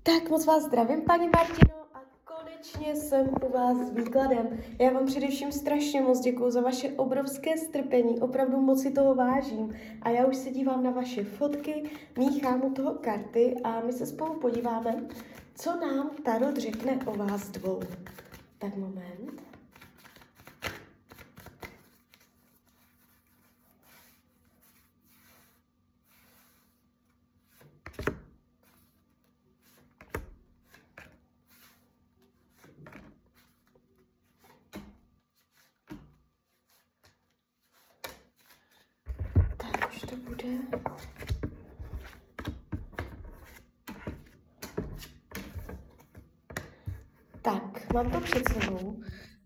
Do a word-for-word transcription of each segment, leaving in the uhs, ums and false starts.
Tak moc vás zdravím, paní Martino, a konečně jsem u vás s výkladem. Já vám především strašně moc děkuju za vaše obrovské strpení, opravdu moc si toho vážím. A já už se dívám na vaše fotky, míchám u toho karty a my se spolu podíváme, co nám Tarot řekne o vás dvou. Tak moment. To bude. Tak, mám to před sebou. Uh,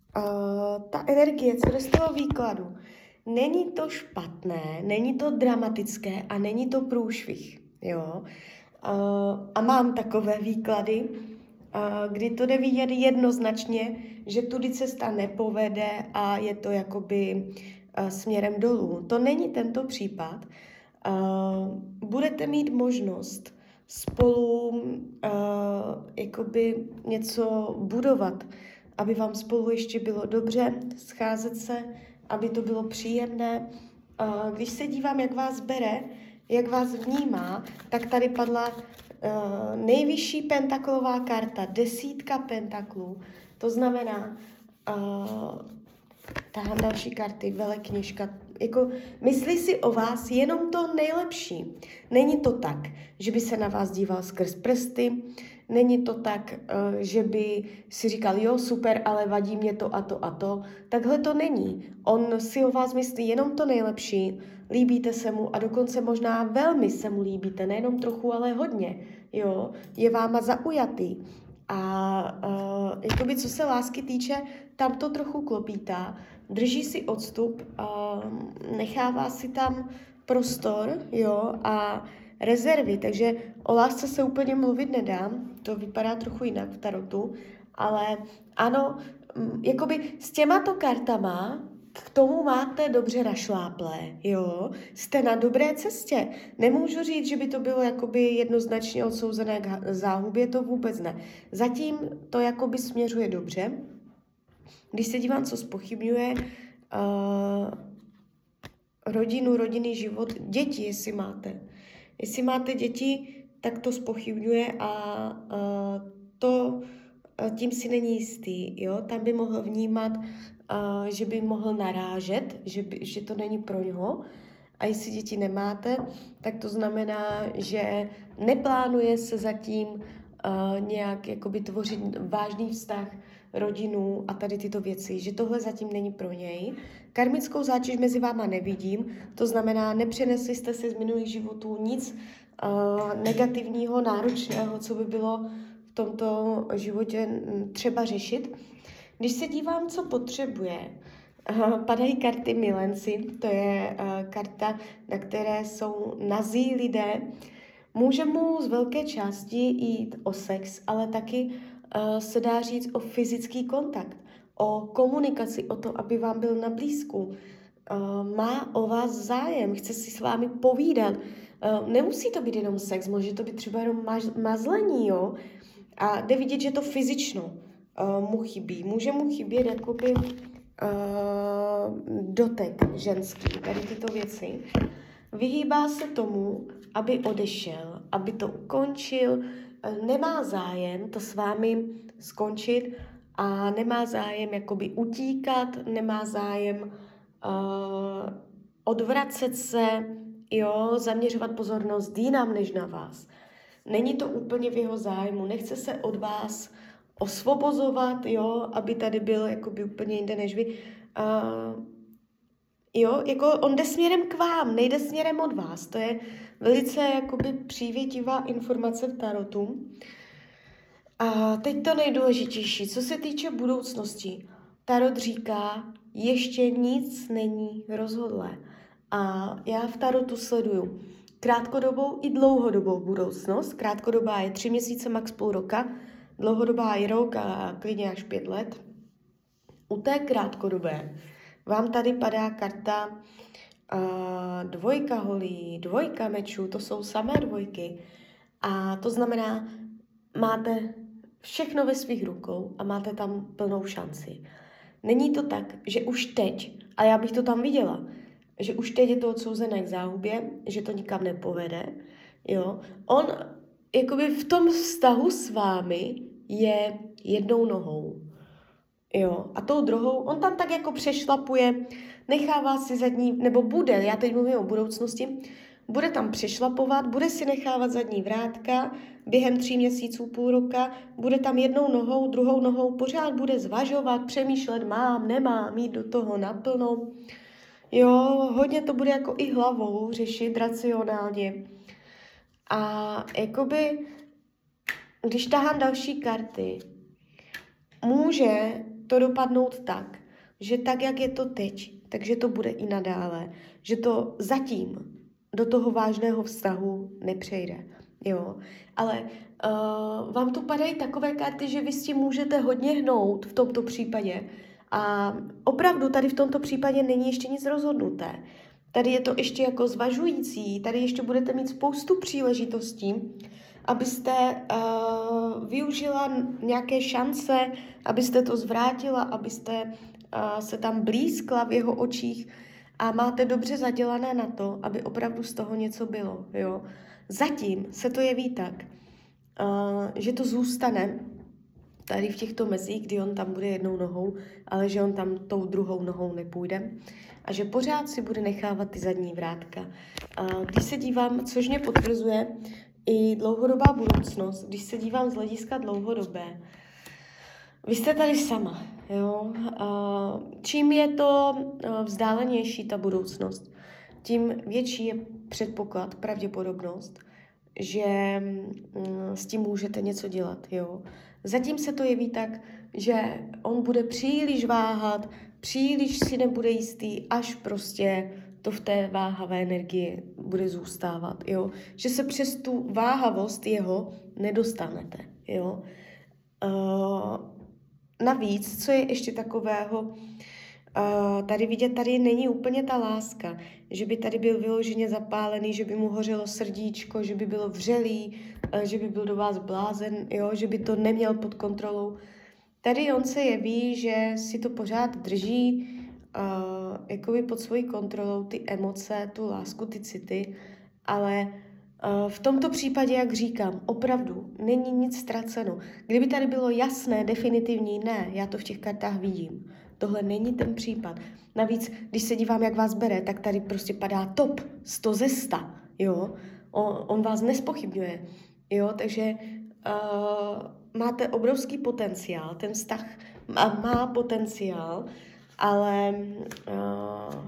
ta energie, co jde z toho výkladu, není to špatné, není to dramatické a není to průšvih, jo. Uh, a mám takové výklady, uh, kdy to jde vidět jednoznačně, že tudy cesta nepovede a je to jakoby uh, směrem dolů. To není tento případ. Uh, budete mít možnost spolu uh, jakoby něco budovat, aby vám spolu ještě bylo dobře, scházet se, aby to bylo příjemné. Uh, když se dívám, jak vás bere, jak vás vnímá, tak tady padla uh, nejvyšší pentaklová karta, desítka pentaklů. To znamená, uh, tahle další karty, velekněžka, jako myslí si o vás jenom to nejlepší. Není to tak, že by se na vás díval skrz prsty, není to tak, že by si říkal, jo, super, ale vadí mě to a to a to. Takhle to není. On si o vás myslí jenom to nejlepší, líbíte se mu a dokonce možná velmi se mu líbíte, nejenom trochu, ale hodně. Jo, je váma zaujatý. A uh, jakoby co se lásky týče, tam to trochu klopítá, drží si odstup, uh, nechává si tam prostor, jo, a rezervy, takže o lásce se úplně mluvit nedám, to vypadá trochu jinak v tarotu, ale ano, um, jakoby s těmato kartama k tomu máte dobře našláplé, jo, jste na dobré cestě. Nemůžu říct, že by to bylo jakoby jednoznačně odsouzené k záhubě, to vůbec ne. Zatím to jakoby směřuje dobře. Když se dívám, co zpochybňuje, uh, rodinu, rodinný život, děti, jestli máte. Jestli máte děti, tak to zpochybňuje a uh, to tím si není jistý, jo, tam by mohl vnímat, uh, že by mohl narážet, že, by, že to není pro něho. A jestli děti nemáte, tak to znamená, že neplánuje se zatím uh, nějak jakoby tvořit vážný vztah, rodinu a tady tyto věci, že tohle zatím není pro něj. Karmickou zátěž mezi váma nevidím, to znamená, nepřenesli jste si z minulých životů nic uh, negativního, náročného, co by bylo v tomto životě třeba řešit. Když se dívám, co potřebuje, padají karty milenci, to je karta, na které jsou nazí lidé. Může mu z velké části jít o sex, ale taky se dá říct o fyzický kontakt, o komunikaci, o to, aby vám byl na blízku. Má o vás zájem, chce si s vámi povídat. Nemusí to být jenom sex, může to být třeba jenom mazlení, jo? A jde vidět, že to fyzično uh, mu chybí. Může mu chybět jakoby uh, dotek ženský, tady tyto věci. Vyhýbá se tomu, aby odešel, aby to ukončil, uh, nemá zájem to s vámi skončit a nemá zájem jakoby utíkat, nemá zájem uh, odvracet se, jo, zaměřovat pozornost jinam než na vás. Není to úplně v jeho zájmu, nechce se od vás osvobozovat, jo, aby tady byl jakoby úplně jinde než vy. Uh, jo, jako on jde směrem k vám, nejde směrem od vás. To je velice jakoby přívětivá informace v tarotu. A teď to nejdůležitější, co se týče budoucnosti. Tarot říká, ještě nic není rozhodlé. A já v tarotu sleduju krátkodobou i dlouhodobou budoucnost. Krátkodobá je tři měsíce, max půl roka. Dlouhodobá je rok a klidně až pět let. U té krátkodobé vám tady padá karta uh, dvojka holí, dvojka mečů, to jsou samé dvojky. A to znamená, máte všechno ve svých rukou a máte tam plnou šanci. Není to tak, že už teď, a já bych to tam viděla, že už teď je to odsouzené k záhubě, že to nikam nepovede, jo. On jakoby v tom vztahu s vámi je jednou nohou, jo. A tou druhou, on tam tak jako přešlapuje, nechává si zadní, nebo bude, já teď mluvím o budoucnosti, bude tam přešlapovat, bude si nechávat zadní vrátka během tří měsíců, půl roka, bude tam jednou nohou, druhou nohou, pořád bude zvažovat, přemýšlet, mám, nemám, jít do toho naplno. Jo, hodně to bude jako i hlavou řešit racionálně. A jakoby, když tahám další karty, může to dopadnout tak, že tak, jak je to teď, takže to bude i nadále, že to zatím do toho vážného vztahu nepřejde, jo. Ale uh, vám tu padají takové karty, že vy s tím můžete hodně hnout v tomto případě a opravdu tady v tomto případě není ještě nic rozhodnuté. Tady je to ještě jako zvažující, tady ještě budete mít spoustu příležitostí, abyste uh, využila nějaké šance, abyste to zvrátila, abyste uh, se tam blízkla v jeho očích a máte dobře zadělané na to, aby opravdu z toho něco bylo. Jo? Zatím se to jeví tak, uh, že to zůstane tady v těchto mezích, kdy on tam bude jednou nohou, ale že on tam tou druhou nohou nepůjde a že pořád si bude nechávat ty zadní vrátka. Uh, když se dívám, což mě potvrzuje i dlouhodobá budoucnost, když se dívám z hlediska dlouhodobé, vy jste tady sama, jo. Čím je to vzdálenější ta budoucnost, tím větší je předpoklad, pravděpodobnost, že s tím můžete něco dělat, jo. Zatím se to jeví tak, že on bude příliš váhat, příliš si nebude jistý, až prostě to v té váhavé energii bude zůstávat, jo. Že se přes tu váhavost jeho nedostanete, jo. Uh, navíc, co je ještě takového, uh, tady vidět, tady není úplně ta láska, že by tady byl vyloženě zapálený, že by mu hořelo srdíčko, že by bylo vřelý, uh, že by byl do vás blázen, jo, že by to neměl pod kontrolou. Tady on se jeví, že si to pořád drží uh, jakoby pod svojí kontrolou, ty emoce, tu lásku, ty city, ale uh, v tomto případě, jak říkám, opravdu není nic ztraceno. Kdyby tady bylo jasné, definitivní ne, já to v těch kartách vidím. Tohle není ten případ. Navíc, když se dívám, jak vás bere, tak tady prostě padá top, sto ze sta, jo. On, on vás nespochybňuje, jo, takže uh, máte obrovský potenciál, ten vztah má, má potenciál, ale uh,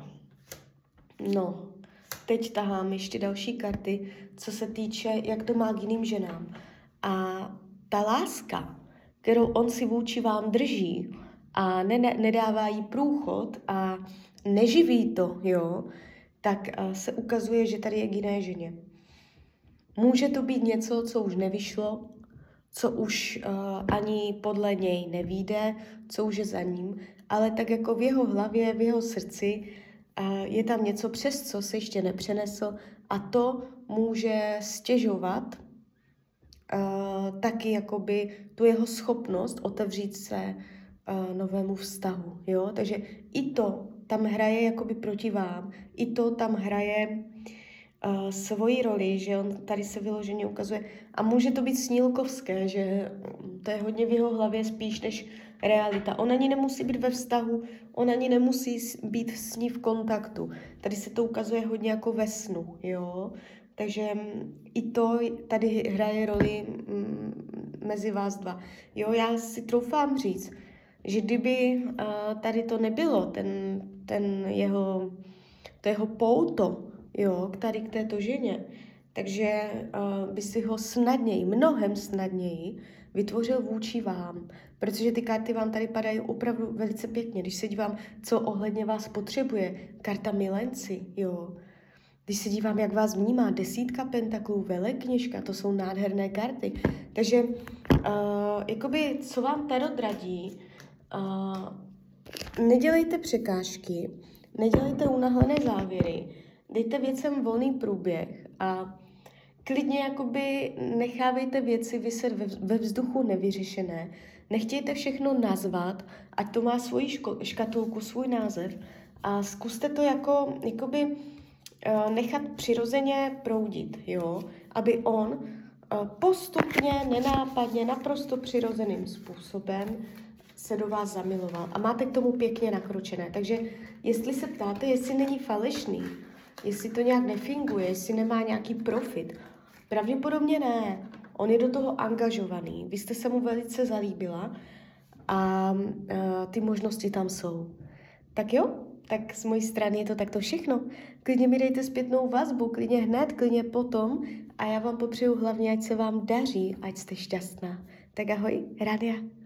no, teď tahám ještě další karty, co se týče, jak to má k jiným ženám. A ta láska, kterou on si vůči vám drží a ne, ne, nedává jí průchod a neživí to, jo, tak uh, se ukazuje, že tady je k jiné ženě. Může to být něco, co už nevyšlo, co už uh, ani podle něj nevyjde, co už je za ním, ale tak jako v jeho hlavě, v jeho srdci uh, je tam něco, přes co se ještě nepřenesl a to může stěžovat uh, taky jakoby tu jeho schopnost otevřít se uh, novému vztahu, jo, takže i to tam hraje jakoby proti vám, i to tam hraje Uh, svoji roli, že on tady se vyloženě ukazuje. A může to být snílkovské, že to je hodně v jeho hlavě spíš než realita. On ani nemusí být ve vztahu, on ani nemusí být s ní v kontaktu. Tady se to ukazuje hodně jako ve snu, jo. Takže i to tady hraje roli mm, mezi vás dva. Jo, já si troufám říct, že kdyby uh, tady to nebylo, ten, ten jeho, to jeho pouto, jo, tady k této ženě, takže uh, by si ho snadněji, mnohem snadněji vytvořil vůči vám, protože ty karty vám tady padají opravdu velice pěkně. Když se dívám, co ohledně vás potřebuje, karta milenci, jo. Když se dívám, jak vás vnímá, desítka pentaklů, velekněžka, to jsou nádherné karty. Takže, uh, jakoby, co vám tarot radí, uh, nedělejte překážky, nedělejte unáhlené závěry, dejte věcem volný průběh a klidně jakoby nechávejte věci viset ve, ve vzduchu nevyřešené. Nechtějte všechno nazvat, ať to má svoji ško- škatulku, svůj název a zkuste to jako, jakoby uh, nechat přirozeně proudit, jo? Aby on uh, postupně, nenápadně, naprosto přirozeným způsobem se do vás zamiloval a máte k tomu pěkně nakročené. Takže jestli se ptáte, jestli není falešný, jestli to nějak nefinguje, jestli nemá nějaký profit, pravděpodobně ne. On je do toho angažovaný. Vy jste se mu velice zalíbila a uh, ty možnosti tam jsou. Tak jo, tak z mojí strany je to takto všechno. Klidně mi dejte zpětnou vazbu, klidně hned, klidně potom a já vám popřeju hlavně, ať se vám daří, ať jste šťastná. Tak ahoj, Rádia.